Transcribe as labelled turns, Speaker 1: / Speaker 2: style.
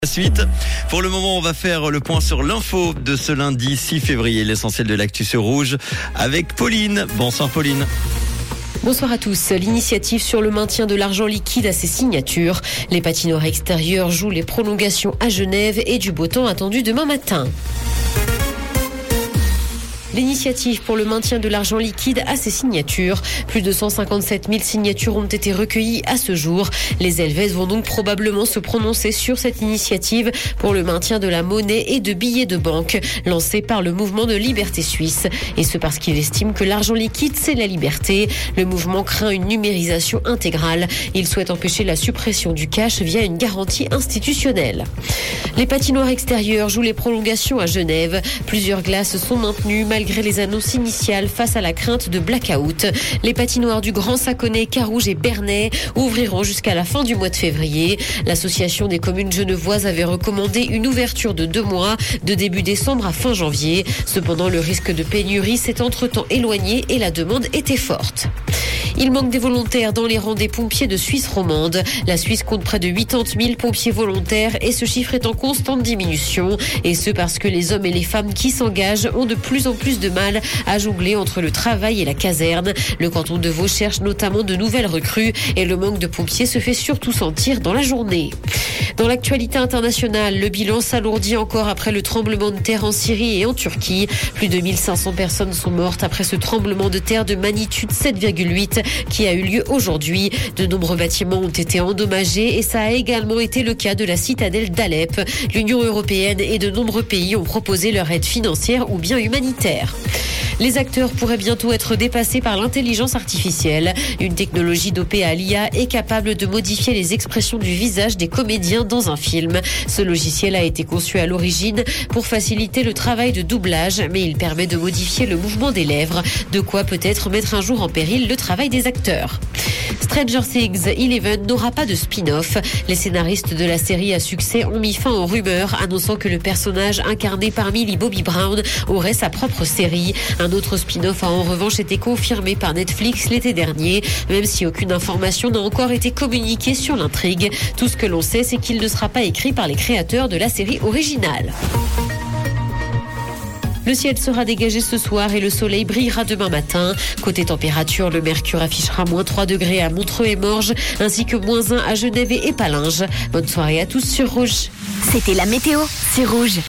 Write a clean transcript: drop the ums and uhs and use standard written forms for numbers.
Speaker 1: Suite. Pour le moment, on va faire le point sur l'info de ce lundi 6 février, l'essentiel de l'actu sur Rouge, avec Pauline. Bonsoir Pauline.
Speaker 2: Bonsoir à tous. L'initiative sur le maintien de l'argent liquide à ses signatures. Les patinoires extérieures jouent les prolongations à Genève et du beau temps attendu demain matin. L'initiative pour le maintien de l'argent liquide à ses signatures. Plus de 157 000 signatures ont été recueillies à ce jour. Les Helvètes vont donc probablement se prononcer sur cette initiative pour le maintien de la monnaie et de billets de banque lancée par le mouvement de liberté suisse. Et ce parce qu'il estime que l'argent liquide, c'est la liberté. Le mouvement craint une numérisation intégrale. Il souhaite empêcher la suppression du cash via une garantie institutionnelle. Les patinoires extérieures jouent les prolongations à Genève. Plusieurs glaces sont maintenues malgré les annonces initiales face à la crainte de blackout. Les patinoires du Grand Saconnet, Carouge et Bernay ouvriront jusqu'à la fin du mois de février. L'association des communes genevoises avait recommandé une ouverture de 2 mois, de début décembre à fin janvier. Cependant, le risque de pénurie s'est entre-temps éloigné et la demande était forte. Il manque des volontaires dans les rangs des pompiers de Suisse romande. La Suisse compte près de 80 000 pompiers volontaires et ce chiffre est en constante diminution. Et ce parce que les hommes et les femmes qui s'engagent ont de plus en plus de mal à jongler entre le travail et la caserne. Le canton de Vaud cherche notamment de nouvelles recrues et le manque de pompiers se fait surtout sentir dans la journée. Dans l'actualité internationale, le bilan s'alourdit encore après le tremblement de terre en Syrie et en Turquie. Plus de 1500 personnes sont mortes après ce tremblement de terre de magnitude 7,8 qui a eu lieu aujourd'hui. De nombreux bâtiments ont été endommagés et ça a également été le cas de la citadelle d'Alep. L'Union européenne et de nombreux pays ont proposé leur aide financière ou bien humanitaire. Les acteurs pourraient bientôt être dépassés par l'intelligence artificielle. Une technologie dopée à l'IA est capable de modifier les expressions du visage des comédiens dans un film. Ce logiciel a été conçu à l'origine pour faciliter le travail de doublage, mais il permet de modifier le mouvement des lèvres, de quoi peut-être mettre un jour en péril le travail des acteurs. Stranger Things 11 n'aura pas de spin-off. Les scénaristes de la série à succès ont mis fin aux rumeurs, annonçant que le personnage incarné par Millie Bobby Brown aurait sa propre série. Un autre spin-off a en revanche été confirmé par Netflix l'été dernier, même si aucune information n'a encore été communiquée sur l'intrigue. Tout ce que l'on sait, c'est qu'il ne sera pas écrit par les créateurs de la série originale. Le ciel sera dégagé ce soir et le soleil brillera demain matin. Côté température, le mercure affichera -3 degrés à Montreux et Morges, ainsi que -1 à Genève et Épalinges. Bonne soirée à tous sur Rouge.
Speaker 3: C'était la météo, c'est Rouge.